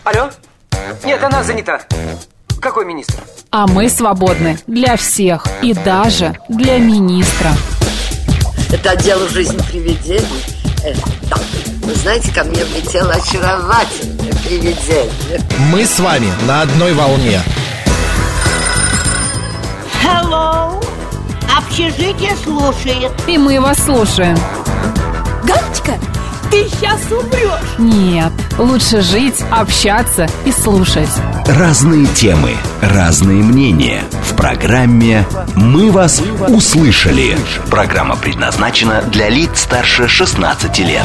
Алло? Нет, она занята. Какой министр? А мы свободны для всех и даже для министра. Это отдел «Жизнь привидений». Да. Вы знаете, ко мне влетело очаровательное привидение. Мы с вами на одной волне. Hello. Общежитие слушает. И мы вас слушаем. Галочка, ты сейчас умрешь. Нет, лучше жить, общаться и слушать. Разные темы, разные мнения. В программе «Мы вас услышали». Программа предназначена для лиц старше 16 лет.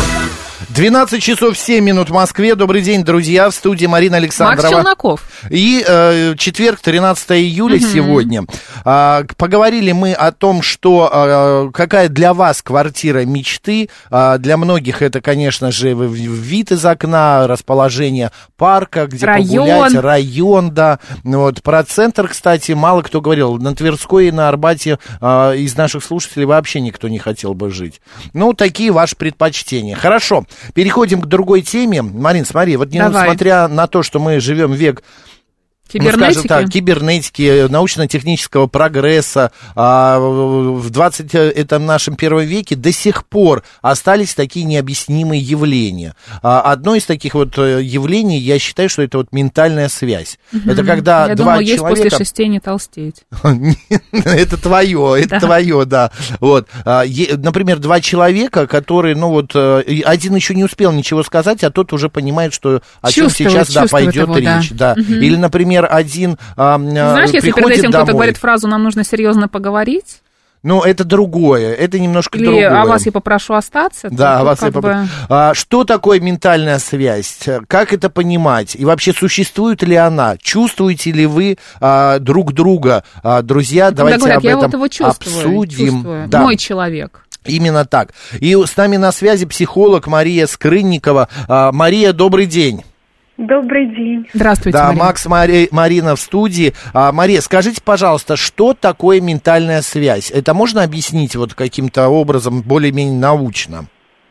12 часов 7 минут в Москве. Добрый день, друзья. В студии Марина Александрова. Макс Челноков. И четверг, 13 июля сегодня. Поговорили мы о том, что какая для вас квартира мечты. Для многих это, конечно же, вид из окна, расположение парка, где погулять, район, да. Вот. Про центр, кстати, мало кто говорил. На Тверской и на Арбате из наших слушателей вообще никто не хотел бы жить. Ну, такие ваши предпочтения. Хорошо. Переходим к другой теме. Марин, смотри, вот несмотря на то, что мы живем век, кибернетики, скажем так, кибернетики, научно-технического прогресса, в 20 нашем первом веке до сих пор остались такие необъяснимые явления. Одно из таких вот явлений, я считаю, что это вот ментальная связь. Это когда я два думаю, человека... есть после 6 не толстеть. Это твое, да. Вот. Например, два человека, которые, один еще не успел ничего сказать, а тот уже понимает, что о чем сейчас пойдет речь. Да. Или, например, один знаешь, если перед этим кто-то говорит фразу «нам нужно серьезно поговорить», это другое, это немножко или другое. «а вас я попрошу остаться». Да, а вас я попрошу. Что такое ментальная связь? Как это понимать? И вообще, существует ли она? Чувствуете ли вы друг друга? Друзья, давайте говорят, об этом я вот его обсудим. Да. Мой человек. Именно так. И с нами на связи психолог Мария Скрынникова. Мария, добрый день. Добрый день. Здравствуйте, да, Мария. Макс, Марина в студии. Мария, скажите, пожалуйста, что такое ментальная связь? Это можно объяснить вот каким-то образом более-менее научно?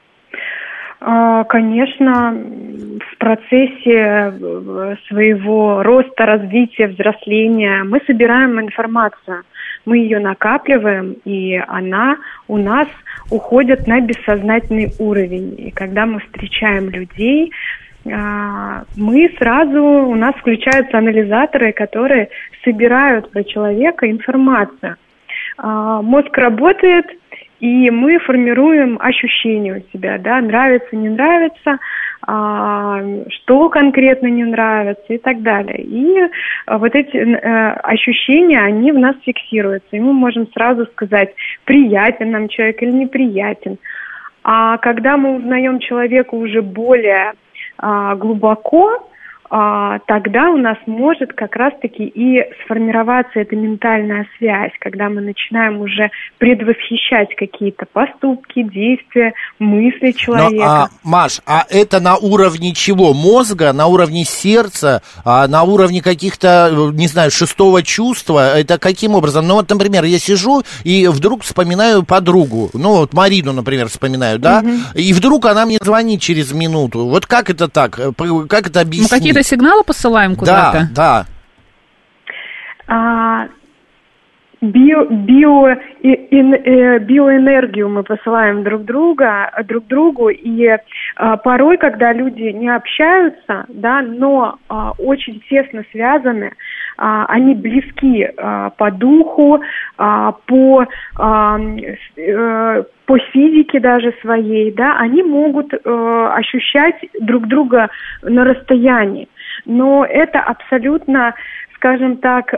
Конечно, в процессе своего роста, развития, взросления мы собираем информацию, мы ее накапливаем, и она у нас уходит на бессознательный уровень. И когда мы встречаем людей, у нас включаются анализаторы, которые собирают про человека информацию. Мозг работает, и мы формируем ощущения у себя, да, нравится, не нравится, что конкретно не нравится и так далее. И вот эти ощущения, они в нас фиксируются, и мы можем сразу сказать, приятен нам человек или неприятен. А когда мы узнаем человека уже более глубоко, тогда у нас может как раз-таки и сформироваться эта ментальная связь, когда мы начинаем уже предвосхищать какие-то поступки, действия, мысли человека. Маш, это на уровне чего? Мозга, на уровне сердца, на уровне каких-то, не знаю, шестого чувства? Это каким образом? Ну вот, например, я сижу и вдруг вспоминаю подругу, Марину, например, вспоминаю, да? И вдруг она мне звонит через минуту. Вот как это так? Как это объяснить? Мы какие-то сигналы посылаем куда-то? Да. Биоэнергию мы посылаем друг другу, и порой, когда люди не общаются, да, но очень тесно связаны, они близки по духу, по физике даже своей, да, они могут ощущать друг друга на расстоянии. Но это абсолютно, скажем так,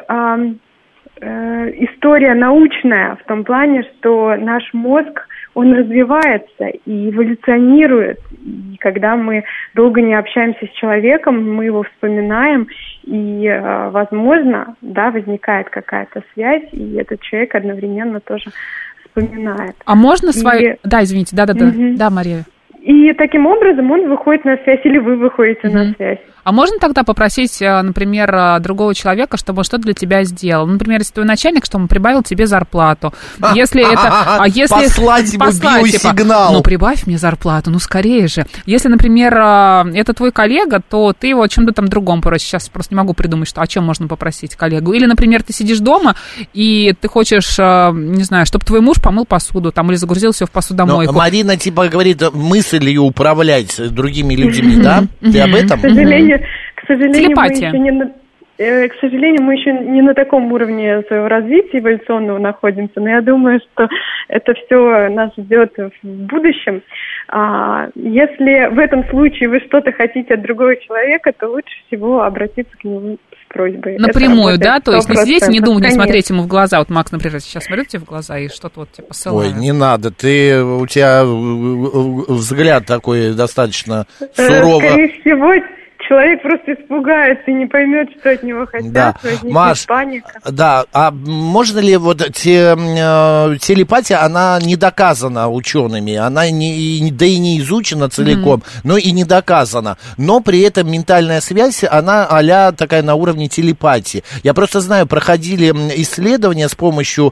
история научная в том плане, что наш мозг, он развивается и эволюционирует. И когда мы долго не общаемся с человеком, мы его вспоминаем, и, возможно, да, возникает какая-то связь, и этот человек одновременно тоже вспоминает. А можно свою... Да, извините, да, Мария. И таким образом он выходит на связь, или вы выходите на связь. А можно тогда попросить, например, другого человека, чтобы он что-то для тебя сделал? Например, если твой начальник, чтобы он прибавил тебе зарплату. Если это... Послать ему биосигнал. Ну, прибавь мне зарплату, ну, скорее же. Если, например, это твой коллега, то ты его о чем-то там другом просишь. Сейчас просто не могу придумать, о чем можно попросить коллегу. Или, например, ты сидишь дома, и ты хочешь, не знаю, чтобы твой муж помыл посуду там, или загрузил все в посудомойку. Но Марина, типа, говорит, мыслью управлять другими людьми, да? Ты об этом? К сожалению, мы еще не на таком уровне своего развития эволюционного находимся, но я думаю, что это все нас ждет в будущем. Если в этом случае вы что-то хотите от другого человека, то лучше всего обратиться к нему с просьбой. Напрямую, да? То есть не сидеть, не думать, не смотреть ему в глаза. Вот, Макс, например, сейчас смотрит тебе в глаза и что-то вот тебе посылает. Ой, не надо, у тебя взгляд такой достаточно суровый. Скорее всего, человек просто испугается и не поймет, что от него хотят, да. возникнет Маш, паника. Да, а можно ли вот телепатия, она не доказана учеными, она да и не изучена целиком, но и не доказана, но при этом ментальная связь, она а-ля такая на уровне телепатии. Я просто знаю, проходили исследования с помощью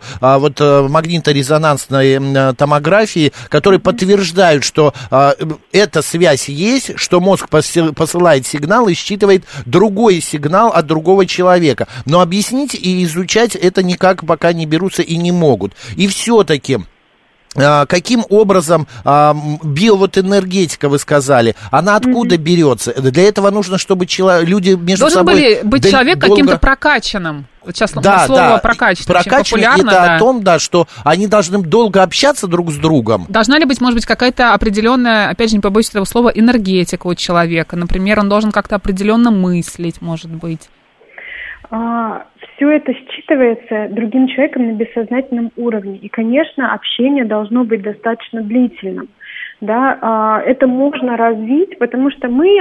магниторезонансной томографии, которые подтверждают, что эта связь есть, что мозг посылает сигнал и считывает другой сигнал от другого человека. Но объяснить и изучать это никак пока не берутся и не могут. И все-таки... Каким образом энергетика, вы сказали, она откуда берется? Для этого нужно, чтобы люди между собой... Должен быть человек каким-то прокачанным. Вот сейчас слово прокачанный очень популярно. Это о том, что они должны долго общаться друг с другом. Должна ли быть, может быть, какая-то определенная, опять же, не побоюсь этого слова, энергетика у человека? Например, он должен как-то определенно мыслить, может быть. Все это считывается другим человеком на бессознательном уровне. И, конечно, общение должно быть достаточно длительным. Да? Это можно развить, потому что мы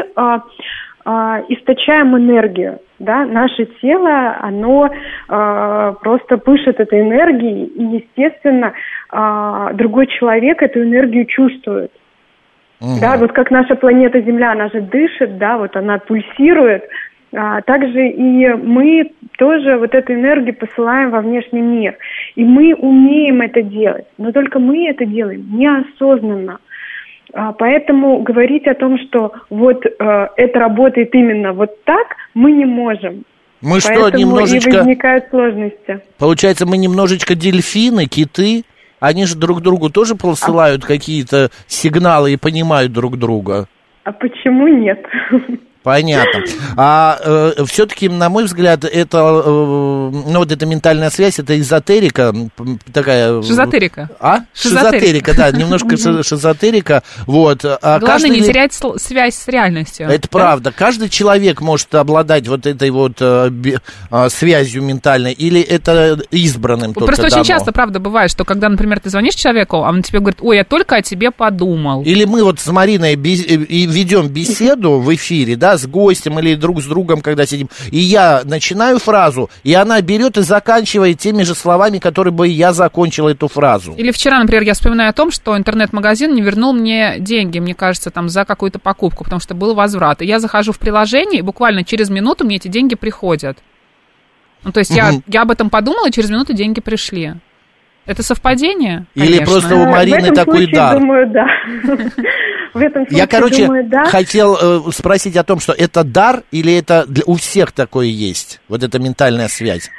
источаем энергию. Да? Наше тело, оно просто пышет этой энергией, и, естественно, другой человек эту энергию чувствует. Да? Вот как наша планета Земля, она же дышит, да? Вот она пульсирует. Также и мы тоже вот эту энергию посылаем во внешний мир. И мы умеем это делать, но только мы это делаем неосознанно. Поэтому говорить о том, что вот это работает именно вот так, мы не можем. Мы Поэтому что, немножечко... и возникают сложности. Получается, мы немножечко дельфины, киты, они же друг другу тоже посылают какие-то сигналы и понимают друг друга. А почему нет? Понятно. Все-таки, на мой взгляд, это, эта ментальная связь, это эзотерика такая. Шизотерика. Шизотерика, да, немножко шизотерика. Вот. Главное не терять связь с реальностью. Это правда. Каждый человек может обладать вот этой вот связью ментальной, или это избранным только Просто дано? очень часто, правда, бывает, что когда, например, ты звонишь человеку, а он тебе говорит: ой, я только о тебе подумал. Или мы вот с Мариной ведем беседу в эфире, да, с гостем или друг с другом, когда сидим, и я начинаю фразу, и она берет и заканчивает теми же словами, которые бы я закончил эту фразу. Или вчера, например, я вспоминаю о том, что интернет-магазин не вернул мне деньги, мне кажется, там, за какую-то покупку, потому что был возврат. И я захожу в приложение, и буквально через минуту мне эти деньги приходят. Ну, то есть я об этом подумала, и через минуту деньги пришли. Это совпадение? Или конечно. просто у Марины такой дар? Думаю, да. В этом случае, думаю, да. Хотел спросить о том, что это дар или это у всех такое есть, вот эта ментальная связь?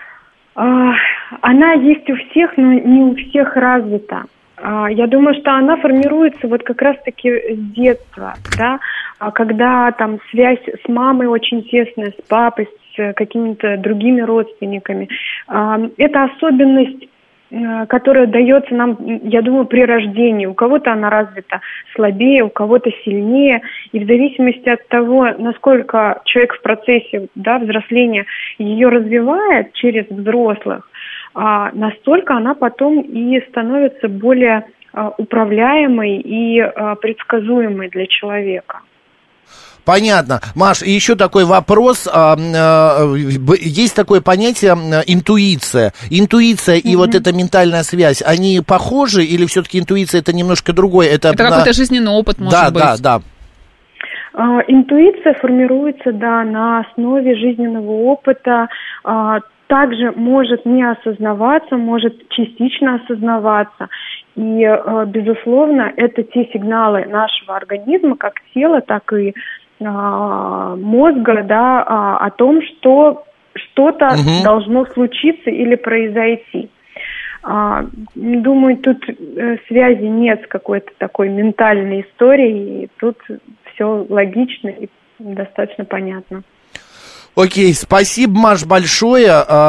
Она есть у всех, но не у всех развита. Я думаю, что она формируется вот как раз-таки с детства, да, когда там связь с мамой очень тесная, с папой, с какими-то другими родственниками. Это особенность, которая дается нам, я думаю, при рождении. У кого-то она развита слабее, у кого-то сильнее. И в зависимости от того, насколько человек в процессе, да, взросления ее развивает через взрослых, настолько она потом и становится более управляемой и предсказуемой для человека. Понятно. Маш, и еще такой вопрос. Есть такое понятие интуиция. Интуиция и вот эта ментальная связь, они похожи или все-таки интуиция это немножко другое? Это какой-то жизненный опыт, может быть. Да. Интуиция формируется, на основе жизненного опыта. Также может не осознаваться, может частично осознаваться. И, безусловно, это те сигналы нашего организма, как тела, так и мозга, о том, что что-то должно случиться или произойти. Думаю, тут связи нет с какой-то такой ментальной историей, и тут все логично и достаточно понятно. Окей, спасибо, Маш, большое.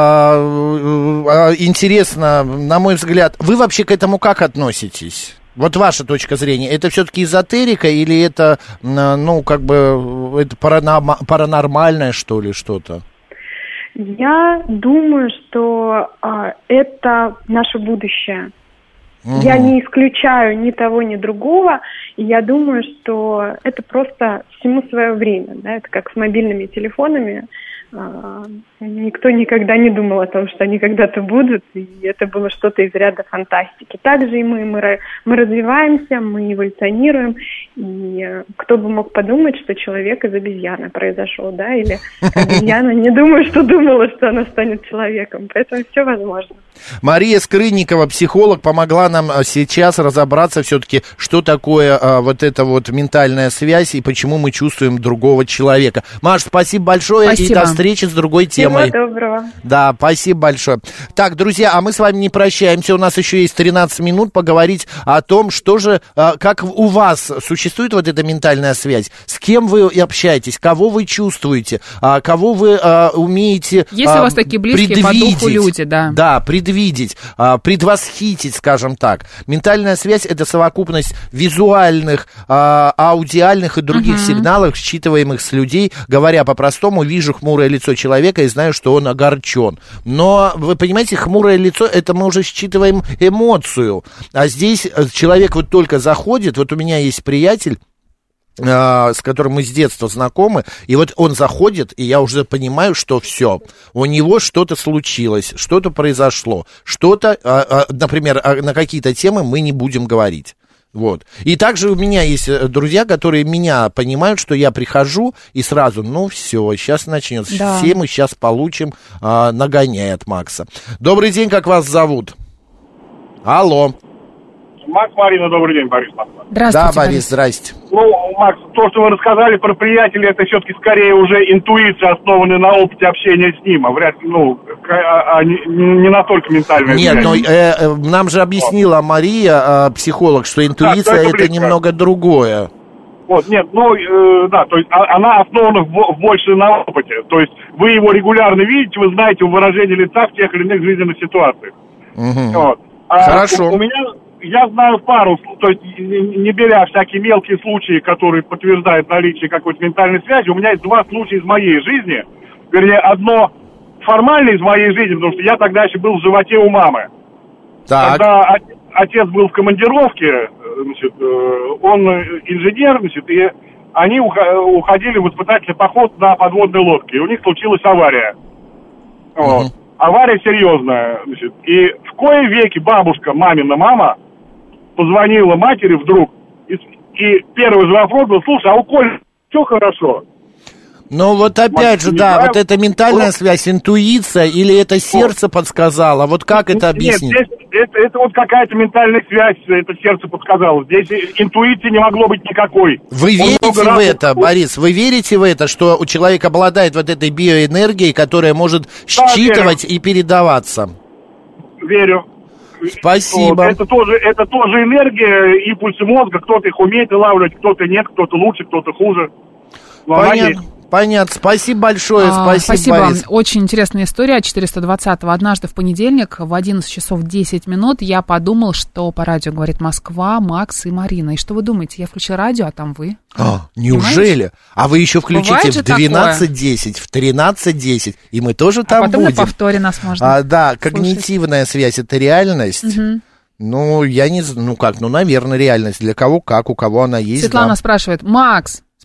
Интересно, на мой взгляд, вы вообще к этому как относитесь? Вот ваша точка зрения, это все-таки эзотерика или это, это паранормальное, что ли, что-то? Я думаю, что это наше будущее. Я не исключаю ни того, ни другого, и я думаю, что это просто всему свое время, это как с мобильными телефонами. Никто никогда не думал о том, что они когда-то будут, и это было что-то из ряда фантастики. Также и мы развиваемся, мы эволюционируем, и кто бы мог подумать, что человек из обезьяны произошел, или обезьяна не думаю, что думала, что она станет человеком, поэтому все возможно. Мария Скрынникова, психолог, помогла нам сейчас разобраться все-таки, что такое вот эта вот ментальная связь и почему мы чувствуем другого человека. Маш, спасибо большое. Спасибо. И до встречи с другой темой. Всего доброго. Да, спасибо большое. Так, друзья, а мы с вами не прощаемся. У нас еще есть 13 минут поговорить о том, что же, как у вас существует вот эта ментальная связь, с кем вы общаетесь, кого вы чувствуете, кого вы умеете Если у вас такие близкие по духу люди, Да, предвидеть, предвосхитить, скажем так. Ментальная связь — это совокупность визуальных, аудиальных и других сигналов, считываемых с людей. Говоря по-простому, вижу хмурое лицо человека и знаю, что он огорчен. Но, вы понимаете, хмурое лицо — это мы уже считываем эмоцию. А здесь человек вот только заходит, вот у меня есть приятель, с которым мы с детства знакомы, и вот он заходит, и я уже понимаю, что все, у него что-то случилось, что-то произошло, что-то, например, на какие-то темы мы не будем говорить. Вот. И также у меня есть друзья, которые меня понимают, что я прихожу и сразу, все, сейчас начнется, все мы сейчас получим нагоняй от Макса. Добрый день, как вас зовут? Алло. Макс, Марина, добрый день, Борис Москва. Здравствуйте, Да, Борис, здрасте. Макс, то, что вы рассказали про приятеля, это все-таки скорее уже интуиция, основанная на опыте общения с ним, вряд ли, не настолько ментальная. Нет, но нам же объяснила Мария, психолог, что интуиция это немного другое. Вот, нет, то есть она основана больше на опыте, то есть вы его регулярно видите, вы знаете выражение лица в тех или иных жизненных ситуациях. Вот. Хорошо. У меня... Я знаю пару, то есть не беря всякие мелкие случаи, которые подтверждают наличие какой-то ментальной связи, у меня есть два случая из моей жизни. Вернее, одно формально из моей жизни, потому что я тогда еще был в животе у мамы. Так. Когда отец был в командировке, он инженер, и они уходили в испытательный поход на подводной лодке, и у них случилась авария. Вот. Авария серьезная, и в кои веки бабушка, мамина мама, позвонила матери вдруг, и первый же вопрос был: слушай, а у Коли все хорошо? Ну вот опять же, вот эта ментальная связь, интуиция, или это сердце подсказало, вот как это объяснить? Нет, это вот какая-то ментальная связь, это сердце подсказало, здесь интуиции не могло быть никакой. Вы верите в это, Борис, вы верите в это, что у человека обладает вот этой биоэнергией, которая может считывать и передаваться? Верю. Спасибо. Вот, это тоже энергия, импульсы мозга, кто-то их умеет улавливать, кто-то нет, кто-то лучше, кто-то хуже. Понятно. Спасибо большое. Спасибо. Борис. Очень интересная история 420-го. Однажды в понедельник в 11 часов 10 минут я подумал, что по радио говорит Москва, Макс и Марина. И что вы думаете? Я включил радио, а там вы. Неужели? Понимаете? А вы еще включите в 12:10, в 13:10, и мы тоже там потом будем. На повторе нас можно да, когнитивная связь — это реальность. Я не знаю, наверное, реальность. Для кого как, у кого она есть. Светлана спрашивает: Макс,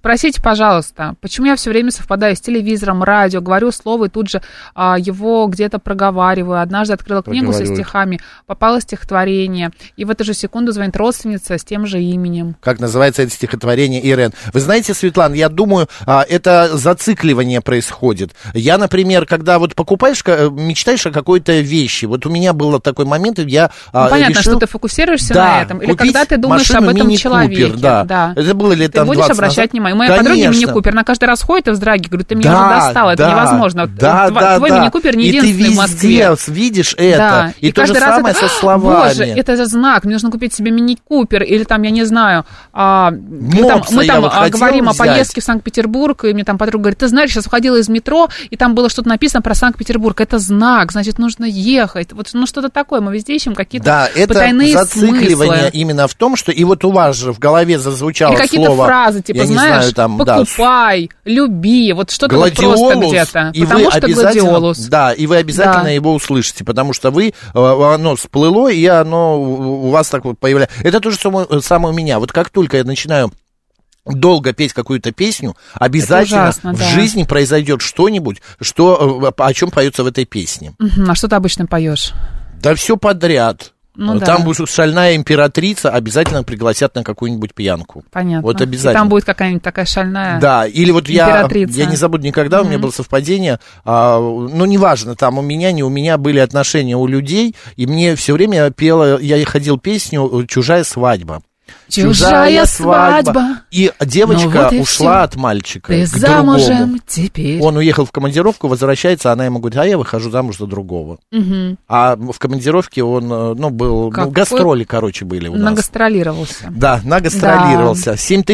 Спросите, пожалуйста, почему я все время совпадаю с телевизором, радио, говорю слово и тут же его где-то проговариваю. Однажды открыла книгу со стихами, попало стихотворение, и в эту же секунду звонит родственница с тем же именем. Как называется это стихотворение, Ирен? Вы знаете, Светлана, я думаю, это зацикливание происходит. Я, например, когда вот покупаешь, мечтаешь о какой-то вещи, вот у меня был такой момент, я понятно, решил... что ты фокусируешься на этом, или когда ты думаешь об этом человеке. Да. Это было лет там 20 будешь обращать внимание. У моей подруги мини-купер, она каждый раз ходит и вздрагивает, говорит, ты меня уже достала, это невозможно. Твой мини-купер не единственный в Москве. И ты везде видишь это, да. и то же самое со словами. Боже, это же знак, мне нужно купить себе мини-купер, или там, я не знаю, мы там говорим о поездке в Санкт-Петербург, и мне там подруга говорит, ты знаешь, сейчас уходила из метро, и там было что-то написано про Санкт-Петербург, это знак, значит, нужно ехать. Вот, что-то такое, мы везде ищем какие-то потайные смыслы. Да, это зацикливание именно в том, что и вот у вас же в голове зазвучало слово... Или какие-то фразы, типа, знаешь, знаю, там, покупай, люби, вот что-то вот просто где-то. И потому что гладиолус. Да, и вы обязательно его услышите, потому что оно всплыло, и оно у вас так вот появляется. Это то же самое у меня. Вот как только я начинаю долго петь какую-то песню, обязательно ужасно, в жизни произойдет что-нибудь, о чем поется в этой песне. А что ты обычно поешь? Да все подряд. Ну, там да. будет шальная императрица, обязательно пригласят на какую-нибудь пьянку. Понятно. Вот обязательно. И там будет какая-нибудь такая шальная или вот императрица. Я не забуду никогда, у меня было совпадение, неважно, там у меня, не у меня были отношения у людей, и мне все время я ходил песню «Чужая свадьба». Чужая свадьба. И девочка ушла от мальчика. Ты замужем теперь. Он уехал в командировку, возвращается, она ему говорит, я выхожу замуж за другого. Угу. А в командировке он, был, гастроли, были у нас. Нагастролировался. Да, нагастролировался.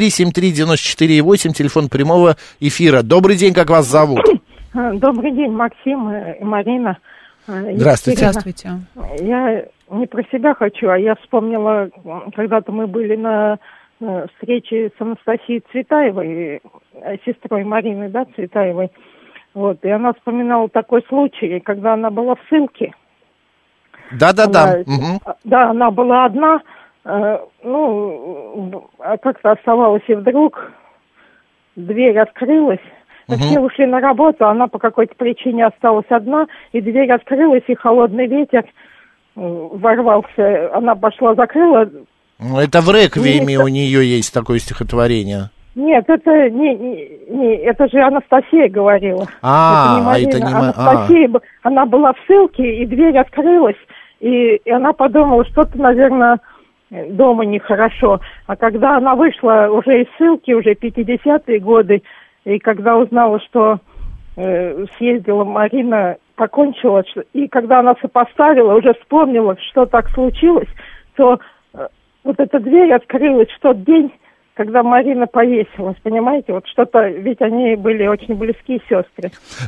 7373948, телефон прямого эфира. Добрый день, как вас зовут? Добрый день, Максим и Марина. Здравствуйте. Здравствуйте. Я не про себя хочу, а я вспомнила, когда-то мы были на встрече с Анастасией Цветаевой, сестрой Марины, Цветаевой. Вот, и она вспоминала такой случай, когда она была в ссылке. Да. Да, она была одна, как-то оставалась, и вдруг дверь открылась. Все ушли на работу, она по какой-то причине осталась одна, и дверь открылась, и холодный ветер ворвался. Она пошла, закрыла. Это в «Реквиеме» у нее есть такое стихотворение. Нет, это не это же Анастасия говорила. Это не Анастасия, она была в ссылке, и дверь открылась, и она подумала, что-то, наверное, дома нехорошо. А когда она вышла уже из ссылки, уже 50-е годы, и когда узнала, что съездила Марина, покончила, и когда она сопоставила, уже вспомнила, что так случилось, то вот эта дверь открылась в тот день, когда Марина повесилась, понимаете? Вот что-то, ведь они были очень близкие сестры.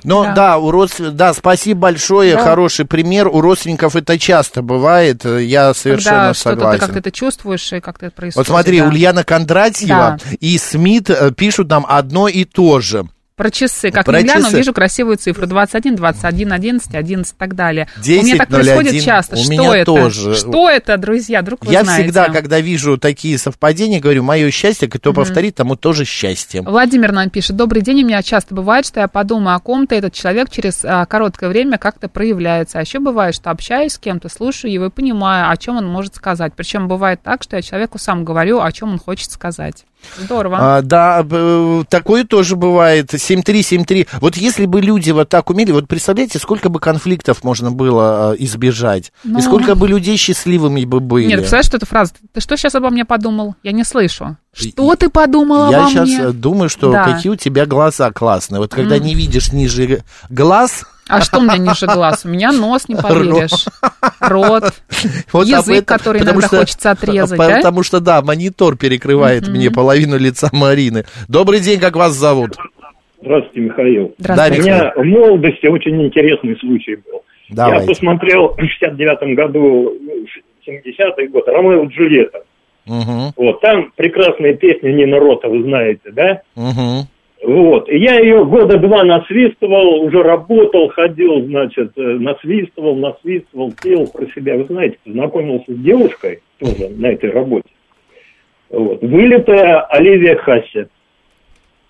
Спасибо большое, хороший пример. У родственников это часто бывает, я совершенно согласен. Ты как-то это чувствуешь, и как-то это происходит. Вот смотри, Ульяна Кондратьева и Смит пишут нам одно и то же. Про часы. Как ни гляну, вижу красивую цифру. 21, 21, 11, 11 и так далее. 10, у меня так 01, происходит часто. Что это? Тоже. Что это, друзья? Вдруг вы знаете. Я всегда, когда вижу такие совпадения, говорю, мое счастье, кто повторит, тому тоже счастье. Владимир нам пишет. Добрый день. У меня часто бывает, что я подумаю о ком-то, этот человек через короткое время как-то проявляется. А еще бывает, что общаюсь с кем-то, слушаю его и понимаю, о чем он может сказать. Причем бывает так, что я человеку сам говорю, о чем он хочет сказать. Здорово. Такое тоже бывает. 7373. Вот если бы люди вот так умели, вот представляете, сколько бы конфликтов можно было избежать, и сколько бы людей счастливыми бы были. Нет, представляешь, что эта фраза? Ты что сейчас обо мне подумал? Я не слышу. Что ты подумала обо мне? Я сейчас думаю, что какие у тебя глаза классные. Вот когда не видишь ниже глаз... А что у меня ниже глаз? У меня нос, не поверишь. Рот. Язык, который иногда хочется отрезать, да? Потому что, монитор перекрывает мне половину лица Марины. Добрый день, как вас зовут? Здравствуйте, Михаил. Здравствуйте. У меня в молодости очень интересный случай был. Давайте. Я посмотрел в 69-м году, 70-й год, «Ромео и Джульетта». Вот, там прекрасная песня Нина Рота, вы знаете, да? Вот, и я ее года 2 насвистывал, уже работал, ходил, насвистывал, пел про себя. Вы знаете, познакомился с девушкой тоже на этой работе. Вот, вылитая Оливия Хассет.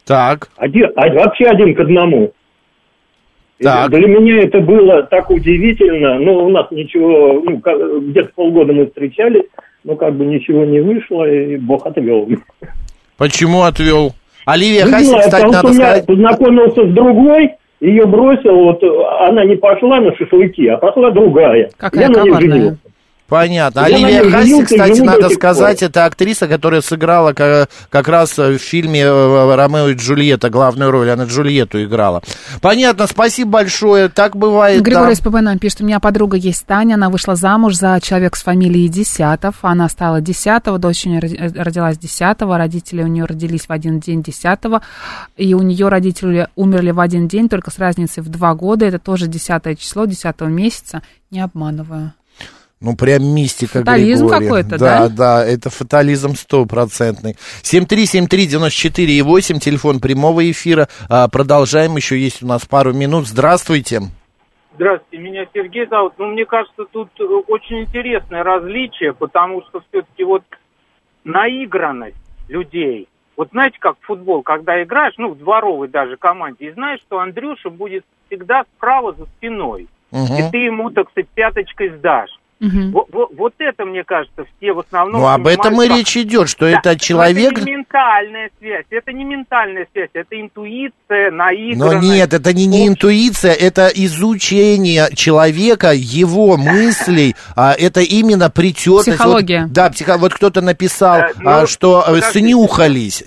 Так. Вообще 1 к 1. Так. Для меня это было так удивительно. У нас ничего, где-то полгода мы встречались, но как бы ничего не вышло, и Бог отвел. Почему отвел? Оливия Хаси, кстати, надо сказать... Я познакомился с другой, ее бросил, она не пошла на шашлыки, а пошла другая. Какая коварная. Понятно. Оливия Хаси, кстати, надо сказать, это актриса, которая сыграла как раз в фильме «Ромео и Джульетта» главную роль. Она Джульетту играла. Понятно, спасибо большое. Так бывает. Григорий СПБ нам пишет, у меня подруга есть Таня, она вышла замуж за человека с фамилией Десятов. Она стала 10-го, дочь у нее родилась 10-го, родители у нее родились в один день 10-го, и у нее родители умерли в один день, только с разницей в 2 года. Это тоже 10 число, 10 месяца. Не обманываю. Прям мистика, фатализм Григорий. Какой-то, да? Да, это фатализм 100%. 7373948, телефон прямого эфира. Продолжаем, еще есть у нас пару минут. Здравствуйте. Здравствуйте, меня Сергей зовут. Мне кажется, тут очень интересное различие, потому что все-таки наигранность людей. Знаете, как в футбол, когда играешь, в дворовой даже команде, и знаешь, что Андрюша будет всегда справа за спиной, и ты ему, так сказать, пяточкой сдашь. Вот это, мне кажется, все в основном... об этом и речь идет, что это человек... Это не ментальная связь, это интуиция, наигранность. Но нет, это не интуиция, это изучение человека, его мыслей, это именно притертость. Психология. Вот кто-то написал, что снюхались,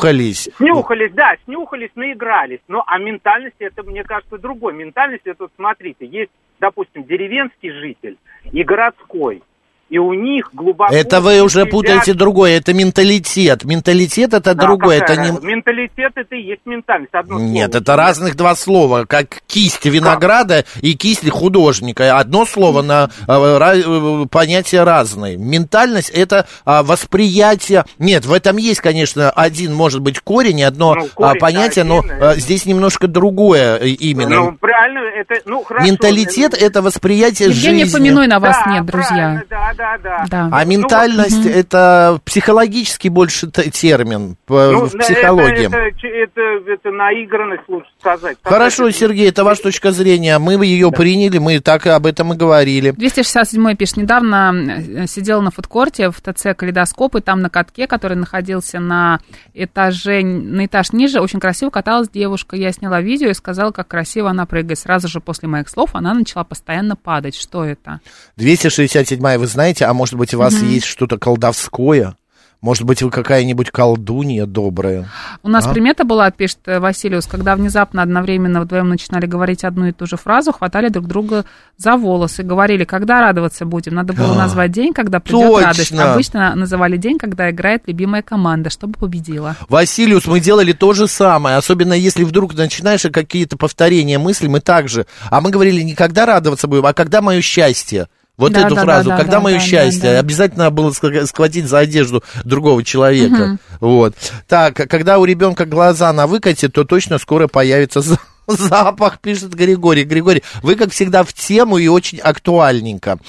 наигрались. А ментальность, это, мне кажется, другой. Ментальность, это, смотрите, есть, допустим, деревенский житель и городской. И у них глубоко... Это вы уже путаете другое, это менталитет. Менталитет это другое, это не... Менталитет это и есть ментальность, одно слово. Нет, это разных 2 слова, как кисть винограда и кисть художника. Одно слово на понятия разные. Ментальность это восприятие... Нет, в этом есть, конечно, один, может быть, корень, одно понятие, но здесь немножко другое именно. Правильно, это, хорошо. Менталитет это восприятие Евгения, жизни. помяной на вас нет, друзья. Да. А ментальность это психологически больше термин в психологии. Это наигранность, лучше сказать. Хорошо, Сергей, это ваша точка зрения. Мы ее приняли, мы так об этом и говорили. 267-й пишет, недавно сидела на фудкорте в ТЦ «Калейдоскоп», и там на катке, который находился на этаж ниже, очень красиво каталась девушка. Я сняла видео и сказала, как красиво она прыгает. Сразу же после моих слов она начала постоянно падать. Что это? 267-я, вы знаете, а может быть, у вас есть что-то колдовское? Может быть, вы какая-нибудь колдунья добрая? У нас примета была, пишет Василиус, когда внезапно одновременно вдвоем начинали говорить одну и ту же фразу, хватали друг друга за волосы, говорили, когда радоваться будем. Надо было назвать день, когда придет радость. Обычно называли день, когда играет любимая команда, чтобы победила. Василиус, мы делали то же самое, особенно если вдруг начинаешь какие-то повторения мыслей, мы так же. А мы говорили не когда радоваться будем, а когда мое счастье. Эту фразу, когда мое счастье, обязательно было схватить за одежду другого человека. Так, когда у ребенка глаза на выкате, то точно скоро появится запах, пишет Григорий. Григорий, вы, как всегда, в тему и очень актуальненько.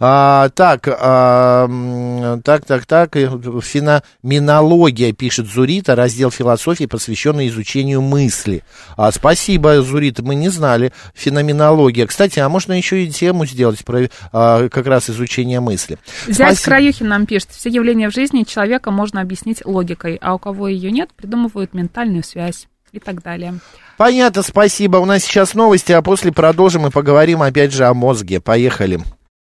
Феноменология, пишет Зурита, раздел философии, посвященный изучению мысли. Спасибо, Зурита, мы не знали. Феноменология. Кстати, а можно еще и тему сделать про как раз изучение мысли. Зять Краюхин нам пишет, все явления в жизни человека можно объяснить логикой, а у кого ее нет, придумывают ментальную связь и так далее. Понятно, спасибо. У нас сейчас новости, а после продолжим и поговорим опять же о мозге. Поехали.